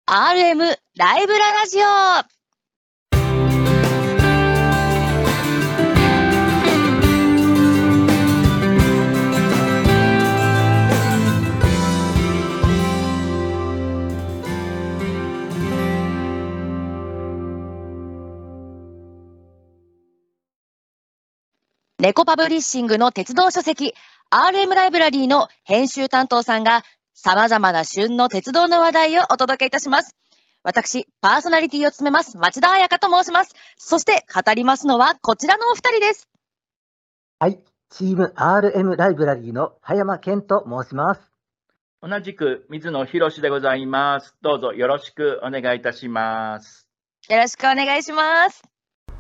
RM ライブララジオ。猫パブリッシングの鉄道書籍 RM ライブラリーの編集担当さんが様々な旬の鉄道の話題をお届けいたします。私、パーソナリティを務めます町田彩香と申します。そして語りますのはこちらのお二人です。 はい、チーム RM ライブラリーの葉山健と申します。 同じく水野博でございます。どうぞよろしくお願いいたします。 よろしくお願いします。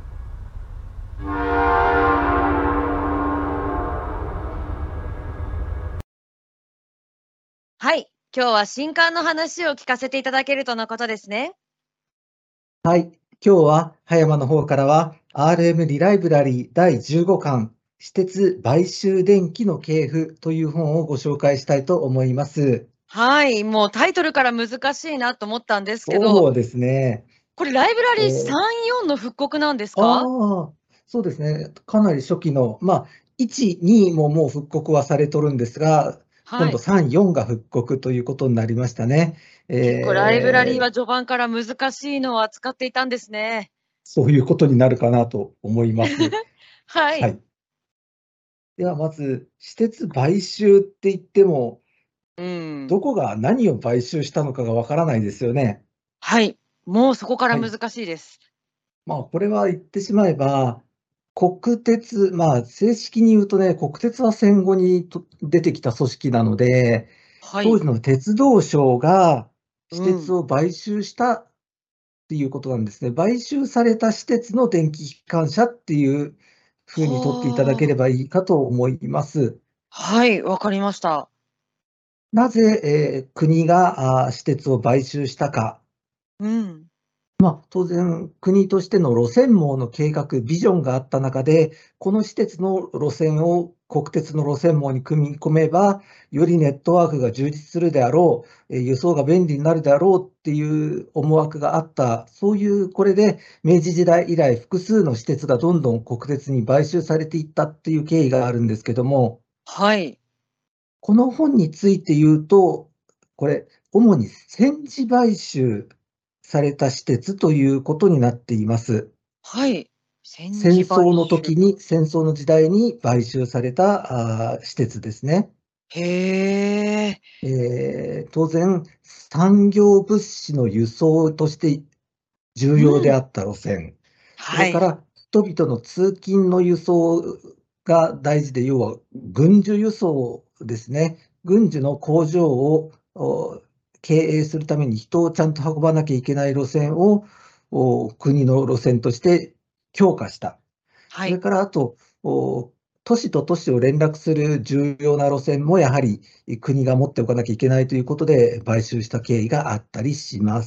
はい、今日は新刊の話を聞かせていただけるとのことですね。 はい、今日は葉山の方からは RM リライブラリー第15巻私鉄買収電気の系譜という本をご紹介したいと思います。 はい、もうタイトルから難しいなと思ったんですけそど、 うですね。 これライブラリー3、4の復刻なんですか？ そうですね。かなり初期の、1、2ももう復刻はされとるんですが、今度3、4が復刻ということになりましたね。 結構ライブラリーは序盤から難しいのを扱っていたんですね。 そういうことになるかなと思います。 はい。 はい。ではまず、私鉄買収って言っても、どこが何を買収したのかがわからないですよね。 はい。もうそこからはい。 難しいです。 これは言ってしまえば、国鉄、正式に言うとね、国鉄は戦後に出てきた組織なので、 はい。 当時の鉄道省が私鉄うん。 を買収したっていうことなんですね。買収された私鉄の電気機関車っていうふうに取っていただけれはあ。 ばいいかと思います。 はい、わかりました。 なぜ、国が私鉄を買収したか。 うん。 当然、国としての路線網の計画、ビジョンがあった中で、この私鉄の路線を国鉄の路線網に組み込めば、よりネットワークが充実するであろう、輸送が便利になるであろうっていう思惑があった、そういうこれで明治時代以来、複数の私鉄がどんどん国鉄に買収されていったっていう経緯があるんですけども、 はい。 この本について言うと、これ、主に戦時買収された私鉄ということになっています。 はい。戦戦時買争の収。 時に、戦争の時代に買収された私鉄ですね。 へえ。 当然、産業物資の輸送として重要うん。 であった路線、そはい。 れから人々の通勤の輸送が大事で、要は軍需輸送ですね。軍需の工場を経営するために人をちゃんと運ばなきゃいけない路線を国の路線として強化した。 はい。 それからあと、都市と都市を連絡する重要な路線もやはり国が持っておかなきゃいけないということで買収した経緯があったりします。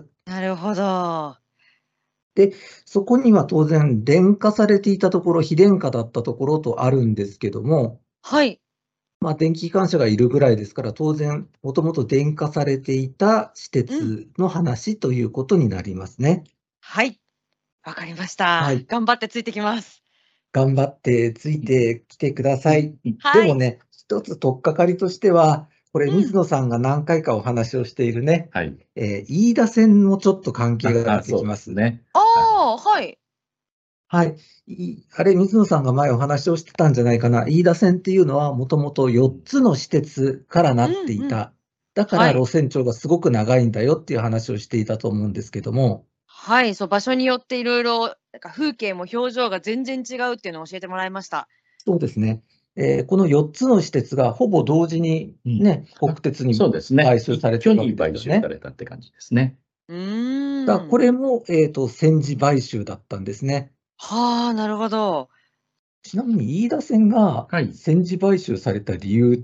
なるほど。 で、そこには当然、電化されていたところ、非電化だったところとあるんですけども、 はい。 電気機関車がいるぐらいですから、当然、もともと電化されていた私うん。 鉄の話ということになりますね。 はい。わかりました。 はい。 頑張ってついてきます。 頑張ってついてきてください。ではい。 もね、一つ取っかかりとしては、これ、水うん。 野さんが何回かお話をしているね、 はい。 飯田線もちょっと関係が出てそうきます。 ですね。 ああ、はい。 はい。あれ、水野さんが前お話をしてたんじゃないかな。飯田線っていうのはもともと4つの私鉄からなっていうんうん。 た。だからはい。 路線長がすごく長いんだよっていう話をしていたと思うんですけども。 はい、そう、場所によっていろいろ、なんか風景も表情が全然違うっていうのを教えてもらいました。 そうですね。この4つの私鉄がほぼ同時にね、国鉄にそうですね。 買収されて一挙るわけですに買収さよね。 れたって感じですね。 こうん。 れも、戦時買収だったんですね。 はあ、なるほど。 ちなみに飯田線がはい。 戦時買収された理由って、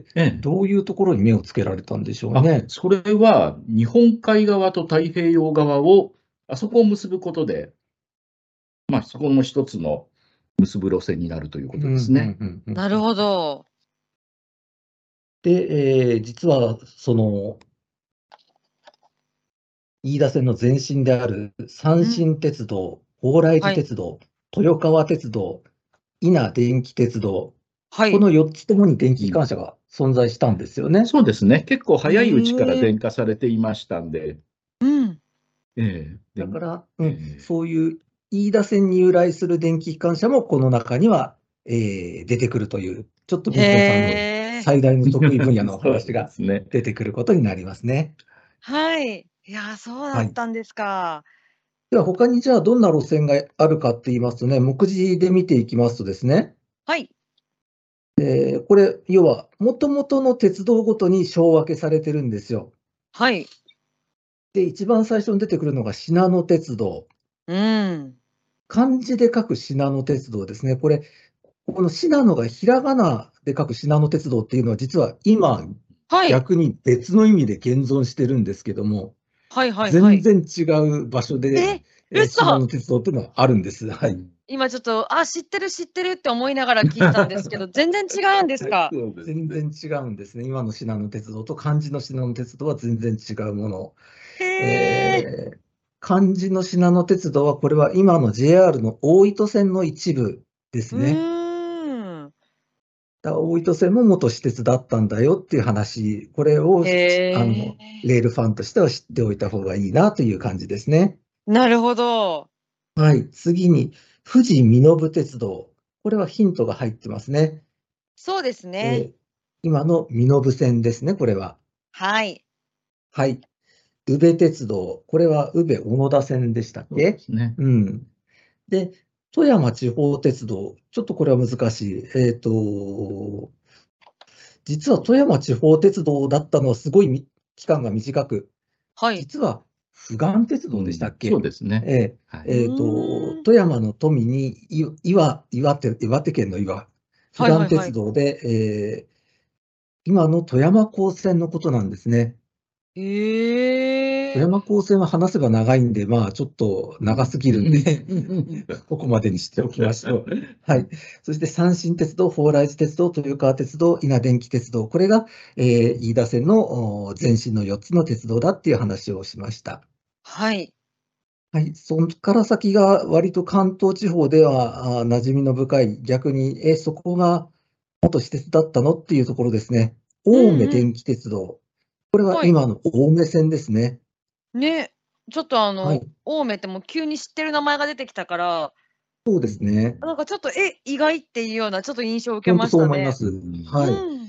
ええ。 どういうところに目をつけられたんでしょうね。 それは日本海側と太平洋側を、あそこを結ぶことで、そこの一つの結ぶ路線になるということですね。 なるほど。 で、実はその飯田線の前身である山新鉄道、蓬莱寺鉄道、豊川鉄道、伊那電気鉄道、 はい。 この4つともに電気機関車が存在したんですよね。 そうですね。結構早いうちからへえ。 電化されていましたんで、 うん。 だから、 えそういう飯田線に由来する電気機関車もこの中には、出てくるという、ちょっと水野さんのへえ。 最大の得意分野のおそう話がですね。 出てくることになりますね。 はい。いや、そうだはい。 ったんですか。 では他にじゃあどんな路線があるかって言いますとね、目次で見ていきますとですね、 はい。 これ、要は、もともとの鉄道ごとに小分けされてるんですよ。 はい。 で、一番最初に出てくるのが信濃鉄道。 うん。 漢字で書く信濃鉄道ですね。これ、この信濃がひらがなで書く信濃鉄道っていうのは、実は今、 はい。 逆に別の意味で現存してるんですけども、 はいはいは全い。 然違う場所で、信濃嘘！ 鉄道っていうのはあるんです。はい。 今ちょっと、あ、知ってる知ってるって思いながら聞いてたんですけど、全然違うんですか？ そうです全ね。 然違うんですね。今の信濃鉄道と漢字の信濃鉄道は全然違うもの。 へえ。 漢字の信濃鉄道は、これは今の JR の大糸線の一部ですうね。 ーん。 だから大糸線も元私鉄だったんだよっていう話、これをへえ。 レールファンとしては知っておいた方がいいなという感じですね。 なるほど。 はい。次に、富士見延鉄道。これはヒントが入ってますね。 そうですえね。 ー今の身延線ですね、これは。 はい。 はい。宇部鉄道。これは宇部小野田線でしたっそうでけ？ すね。 うん。で、富山地方鉄道。ちょっとこれは難しい。実は富山地方鉄道だったのはすごい期間が短く、 はい。 実は富岩鉄道でしたっそうけ？ ですね。はい。 富山の富に岩手県の岩、富岩はいはいはい。 鉄道で、今の富山高専のことなんですね。富へえ。 山高専は話せば長いんで、まあちょっと長すぎるんで、ここまでにしておきましょう。はい。そして山新鉄道、蓬莱寺鉄道、豊川鉄道、伊那電気鉄道、これが、飯田線の前身の4つの鉄道だっていう話をしました。 はい。 はい。そこから先が割と関東地方では馴染みの深い、逆に、そこが元私鉄だったのっていうところですね。青梅うんうん。 電気鉄道。これははい。 今の青梅線ですね。 ね、ちょっとはい。 青梅ってもう急に知ってる名前が出てきたから、 そうですね。 なんかちょっと、意外っていうようなちょっと印象を受け本当そうましたね。 思います。はい。 うん。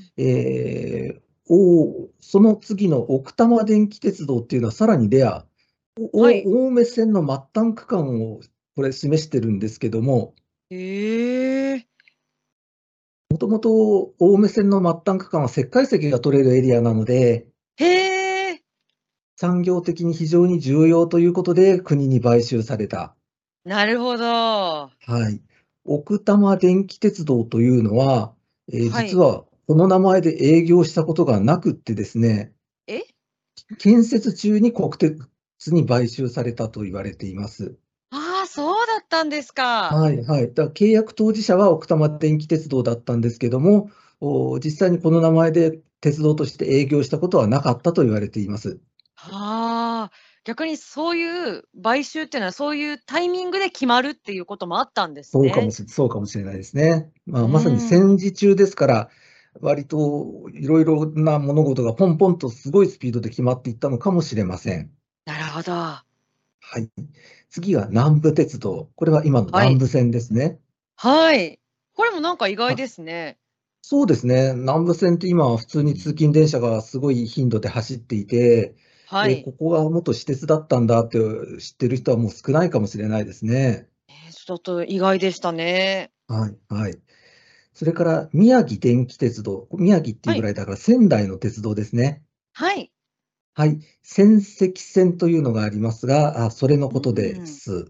その次の奥多摩電気鉄道っていうのはさらにレア。 はい。 青梅線の末端区間をこれ示してるんですけども、 へえ。 もともと青梅線の末端区間は石灰石が取れるエリアなので、 へえ。 産業的に非常に重要ということで国に買収された。 なるほど。 はい。奥多摩電気鉄道というのは、 はい。 実はこの名前で営業したことがなくってですね、 え？ 建設中に国鉄に買収されたと言われています。 ああ、そうだったんですか。 はいはい。だから契約当事者は奥多摩電気鉄道だったんですけども、実際にこの名前で鉄道として営業したことはなかったと言われています。 はあ。逆にそういう買収っていうのは、そういうタイミングで決まるっていうこともあったんですね。 そうかもしれないですね。まうあ、まさにーん。 戦時中ですから、割といろいろな物事がポンポンとすごいスピードで決まっていったのかもしれません。 なるほど。 はい。次は南部鉄道。これは今のはい。 南部線ですね。 はい。これもなんか意外あ、 ですね。 そうですね。南部線って今は普通に通勤電車がすごい頻度で走っていて、 はい。 ここが元私鉄だったんだって知ってる人はもう少ないかもしれないですね。 ちょっと意外でしたね。 はい、はい。それから宮城電気鉄道。宮城っていうはい。 ぐらいだから仙台の鉄道ですね。 はい。 はい。仙石線というのがありますが、それのうことでん。 す。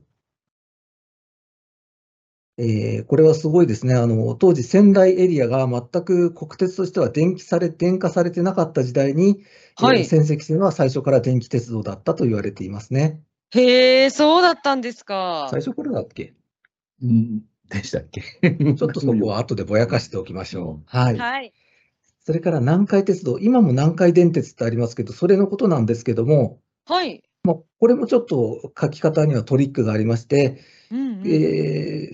これはすごいですね。当時仙台エリアが全く国鉄としては電化されてなかった時代に、 はい。 仙石線は最初から電気鉄道だったと言われていますね。 へえ、そうだったんですか。 最初からだっけ？ でしたっけ？ ちょっとそこは後でぼやかしておきましょう。はい。 はい。 それから南海鉄道、今も南海電鉄ってありますけど、それのことなんですけども、 はい。 これもちょっと書き方にはトリックがありまして、 うんうん。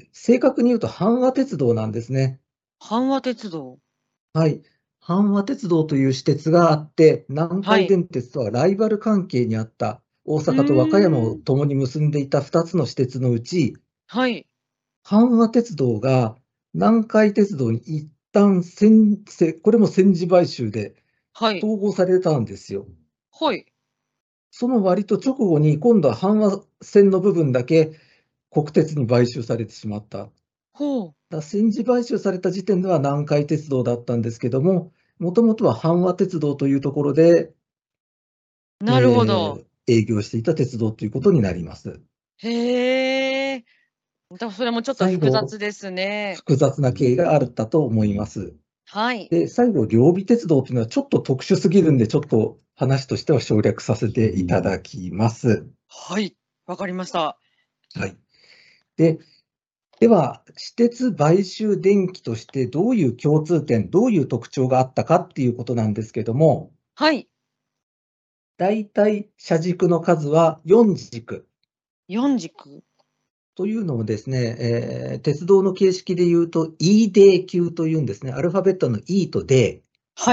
正確に言うと阪和鉄道なんですね。 阪和鉄道。 はい。阪和鉄道という私鉄があって、南海はい。 電鉄とはライバル関係にあった大う阪と和歌山をーん。 共に結んでいた2つの私鉄のうち、 はい。 阪和鉄道が南海鉄道に一旦これも戦時買収ではい。 統合されたんですよ。 はい。 その割と直後に今度は阪和線の部分だけ国鉄に買収されてしまった。 ほう。 戦時買収された時点では南海鉄道だったんですけども、もともとは阪和鉄道というところで、 なるほど。 営業していた鉄道ということになります。 へえ。それもちょっと最後、 複雑ですね。 複雑な経緯があったと思います。 はい。 で、最後、両備鉄道というのはちょっと特殊すぎるんで、ちょっと話としては省略させていただきます。 はい。わかりました。 はい。では、私鉄買収電気としてどういう共通点、どういう特徴があったかっていうことなんですけども、 はい。 大体車軸の数は4軸四軸。 というのをですね、鉄道の形式で言うと E-D 級というんですね。アルファベットの E と D。 はい。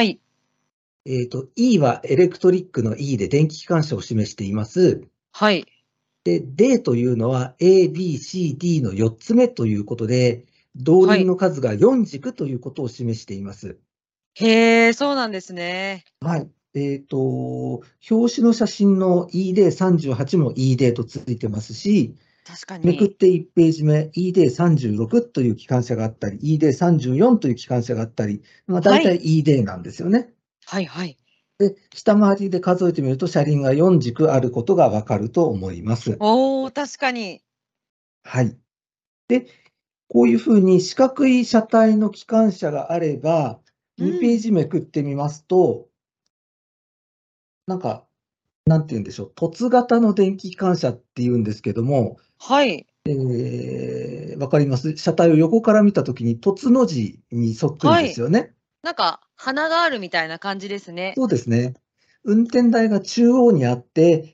E はエレクトリックの E で電気機関車を示しています。 はい。 で、D というのは A、B、C、D の4つ目ということで、動輪はい。 の数が4軸ということを示しています。 へえ、そうなんですね。 はい。表紙の写真の ED38 も ED とついてますし、 確かめくっに。 て1ページ目、ED36 という機関車があったり、ED34 という機関車があったり、大体はい。 ED なんですよね。 はいはい。 で、下回りで数えてみると、車輪が4軸あることがわかると思います。 おお、確かに。 はい。で、こういうふうに四角い車体の機関車があれば、 う 2ペーん。 ジめくってみますと、なんか、なんて言うんでしょう、凸型の電気機関車っていうんですけども、 はい。 わかります？車体を横から見たときに、凸の字にそっくりはい。 ですよね。 なんか、鼻があるみたいな感じですね。 そうですね。運転台が中央にあって、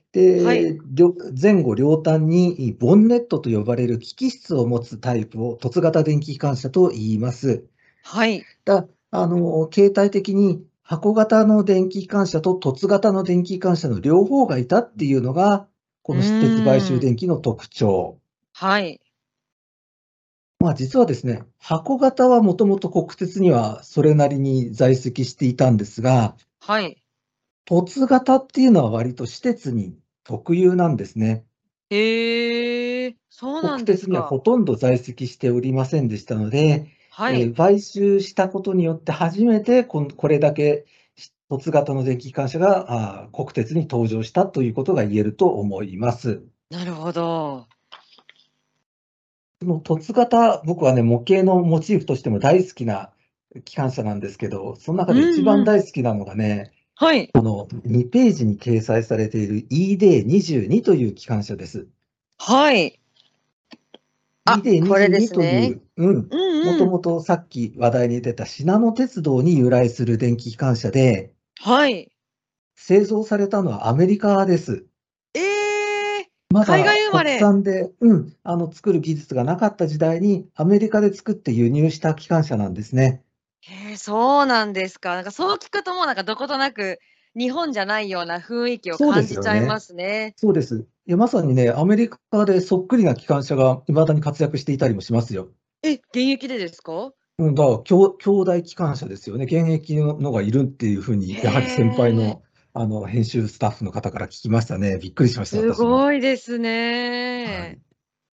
はい。 で、前後両端にボンネットと呼ばれる機器室を持つタイプを凸型電気機関車と言います。 はい。 形態的に箱型の電気機関車と凸型の電気機関車の両方がいたっていうのが、こうの私鉄買ーん。 収電気の特徴。 はい。 実はですね、箱型はもともと国鉄にはそれなりに在籍していたんですが、 はい。 凸型っていうのは割と私鉄に特有なんですね。 へえ、そうな国んですか。 鉄にはほとんど在籍しておりませんでしたので、 はい。 買収したことによって初めてこれだけ凸型の電気機関車が国鉄に登場したということが言えると思います。 なるほど。 その凸型、僕はね、模型のモチーフとしても大好きな機関車なんですけど、その中うで一んうん。 番大好きなのがね、 はい。 2ページに掲載されている ED22 という機関車です。 はい。あ、これで ED22 すね。 という、もうんうん。 ともとさっき話題に出たしなの鉄道に由来する電気機関車で、 はい。 製造されたのはアメリカです。 ええ、 ま海だ国外生まれ。 産で、作る技術がなかった時代にアメリカで作って輸入した機関車なんですね。 へえ、そうなんですか。なんかそう聞くともうなんかどことなく、日本じゃないような雰囲気をそうで感すよね。 じちゃいますね。 そうです。いや、まさにね、アメリカでそっくりな機関車が未だに活躍していたりもしますよ。 え、現役でですか？ だから兄弟機関車ですよね。現役のがいるっていうふうに、 へやはり先輩え、 の、編集スタッフの方から聞きましたね。びっくりしました、 す私も。 ごいですはい。 ね。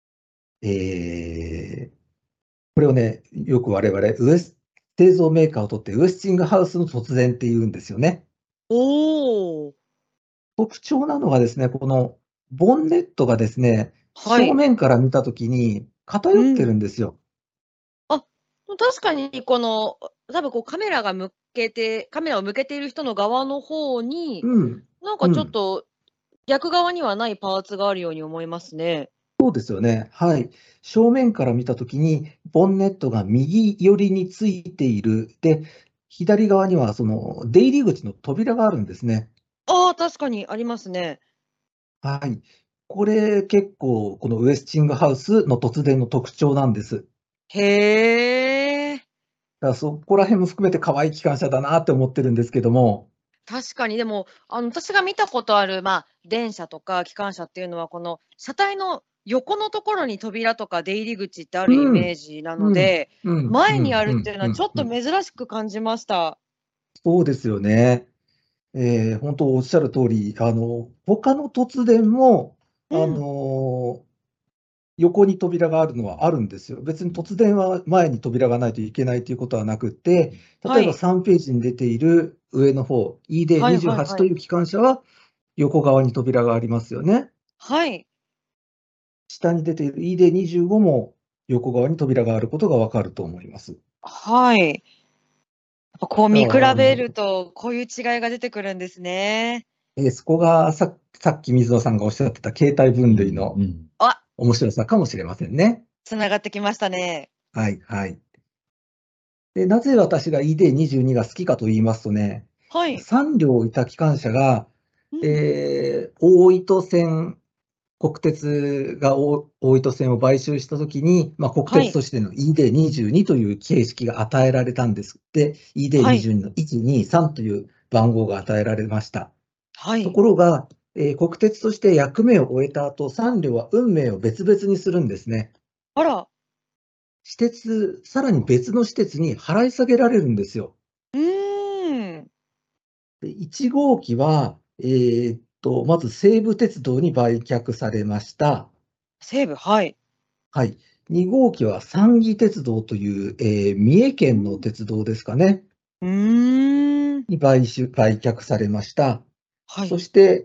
これをね、よく我々、製造メーカーを取って、ウエスティングハウスの突然って言うんですよね。 おお、 特徴なのがですね、このボンネットがですね、正はい。 面から見たときに偏ってうん。 るんですよ。 あ、確かにこの、多分こうカメラを向けている人の側の方に、 うん。 なんかうん。 ちょっと逆側にはないパーツがあるように思いますね。 そうですよね。はい。正面から見たときに、ボンネットが右寄りについている。で、左側にはその出入り口の扉があるんですね。 ああ、確かにありますね。 はい。これ結構、このウエスチングハウスの突然の特徴なんです。 へえ。 だからそこら辺も含めて可愛い機関車だなって思ってるんですけども。 確かに、でも、私が見たことある、電車とか機関車っていうのは、この車体の横のところに扉とか出入り口ってあるイうん、 メージなのうん、 で、 うん、う前にん、 あるっていうのはちょっと珍しく感じました。 そうですよね。本当おっしゃる通り、他の突然も、あうん。 の、横に扉があるのはあるんですよ。別に突然は前に扉がないといけないということはなくって、例えばはい。 3ページに出ている上の方、 はいはい ED28 はい。 という機関車は横側に扉がありますよね。 はい。 下に出ている ED25 も横側に扉があることがわかると思います。 はい。やっぱこう見比だから、 べると、こういう違いが出てくるんですね。 そこがさっき水野さんがおっしゃってた形態分類のうん。 あ、 面白さかもしれませんね。 繋がってきましたね。 はい、はい。で、なぜ私が ED22 が好きかと言いますとね、 はい。 3両いた機関車が、 うん。 大糸線、国鉄が大糸線を買収したときに、国はい。 鉄としての ED22 という形式が与えられたんです。で、 はい。 ED22 の123という番号が与えられました。とはい。 ころが、国鉄として役目を終えた後、3両は運命を別々にするんですね。 あら。 さらに別の施設に払い下げられるんですよ。 うーん。 で1号機は、まず西武鉄道に売却されました。 西武、はい。 はい。2号機は三義鉄道という、三重県のうん。 鉄道ですかね、 うーん。 に売却されました。 はい。 そして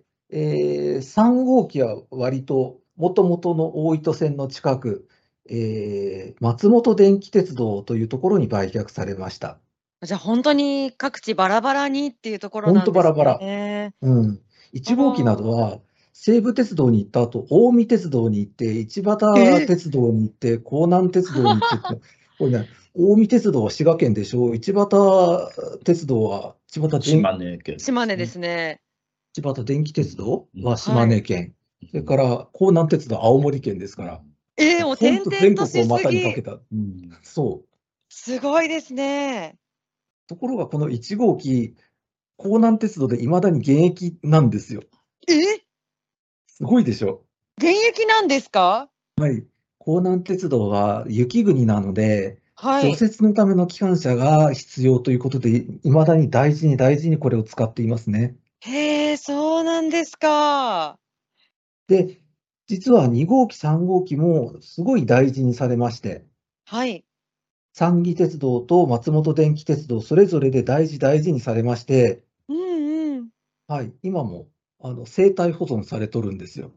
、3号機は割と元々の大糸線の近く、松本電気鉄道というところに売却されました。 じゃ、ほんとに各地バラバラにっていうところほんとなんですバラバラ。 ね。 うん。 あ 1号機などら。 は、西武鉄道に行った後、近江鉄道に行って、市畑え！ 鉄道に行って、江南鉄道に行ってって、これね、近江鉄道は滋賀県でしょ、市畑鉄道は島根県ですね。 島根ですね。 千葉電気鉄道うん。 は島はい。 根県。それから、江南鉄道は青森県ですから、 ええ、もうほんと転々 全国をとしすぎ。 股にかけた。 うん。 そう。 すごいですね。 ところがこの1号機、江南鉄道で未だに現役なんですよ。 え！ すごいでしょ。 現役なんですか？ はい。江南鉄道は雪国なので、除はい。 雪のための機関車が必要ということで、未だに大事に大事にこれを使っていますね。 へえ、そうなんですか。 で、実は2号機、3号機もすごい大事にされまして、 はい。 三義鉄道と松本電気鉄道、それぞれで大事にされまして、 うんうん。 はい、今も生態保存されとるんですよ。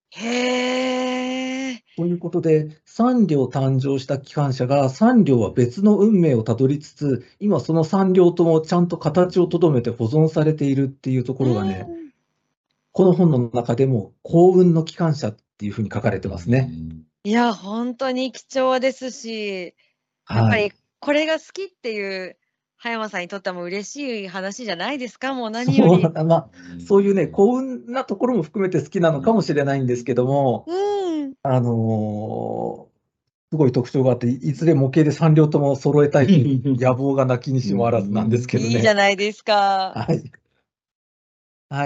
へえ。 ということで、3両誕生した機関車が3両は別の運命をたどりつつ、今その3両ともちゃんと形をとどめて保存されているっていうとこうろがね、 ん。 この本の中でも幸運の機関車っていうふうに書かれてうますね。 ん。 いや、ほんとに貴重ですし、やっぱりはい。 これが好きっていう葉山さんにとっても嬉しい話じゃないですか？もう何よそう、 り。 そういうね、幸運なところも含めて好きなのかもしれないんですけども、 うん。 すごい特徴があって、いずれ模型で3両とも揃えたいという野望がなきにしもあらずなんですけどいいじゃね。 ないですか。 はい。はい。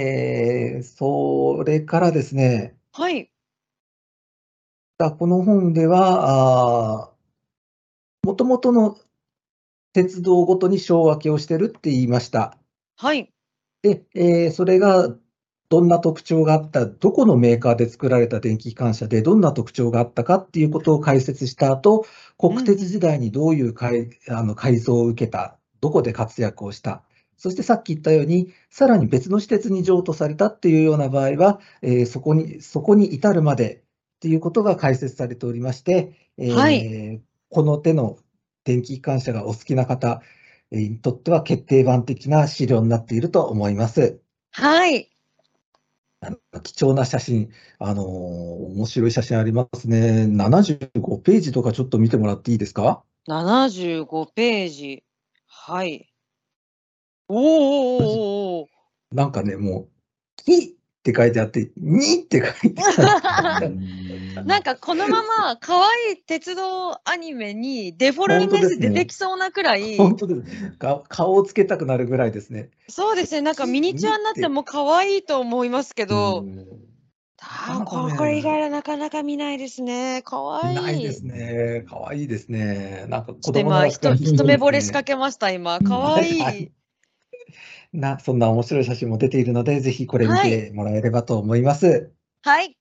それからですね、 はい。 この本では、もともとの鉄道ごとに章分けをしてるって言いました。 はい。 で、それがどんな特徴があった、どこのメーカーで作られた電気機関車でどんな特徴があったかっていうことを解説した後、国うんうん。 鉄時代にどういう改造を受けた、どこで活躍をした、そしてさっき言ったように、さらに別の施設に譲渡されたっていうような場合は、そこに至るまでっていうことが解説されておりまして、 はい。 この手の電気機関車がお好きな方、にとっては決定版的な資料になっていると思います。 はい。 貴重な写真、面白い写真ありますね。75ページとかちょっと見てもらっていいですか？ 75ページ。はい。おおおおおおおお。 なんかね、もう、木っって書いてあって、にって書いてある。 なんかこのまま可愛い鉄道アニメにデフォルメス出てきそうなくらい、 本当です。顔をつけたくなるぐらいですね。 そうですね、なんかミニチュアになっても可愛いと思いますけど、 なかなかねこれ以外はなかなか見ないですね。可愛い。 ないですね。可愛いですね。なんかちょっと今、 子供の一目惚れしかけました、今。可愛はいい。 そんな面白い写真も出ているので、ぜひこれ見はい。 てもらえればと思います。 はい。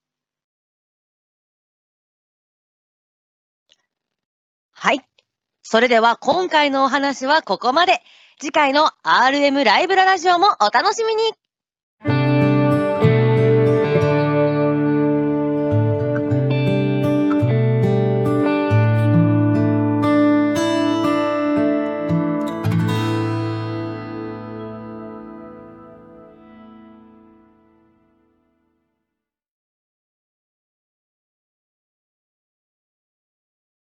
はい。それでは今回のお話はここまで。次回の RM ライブララジオもお楽しみに。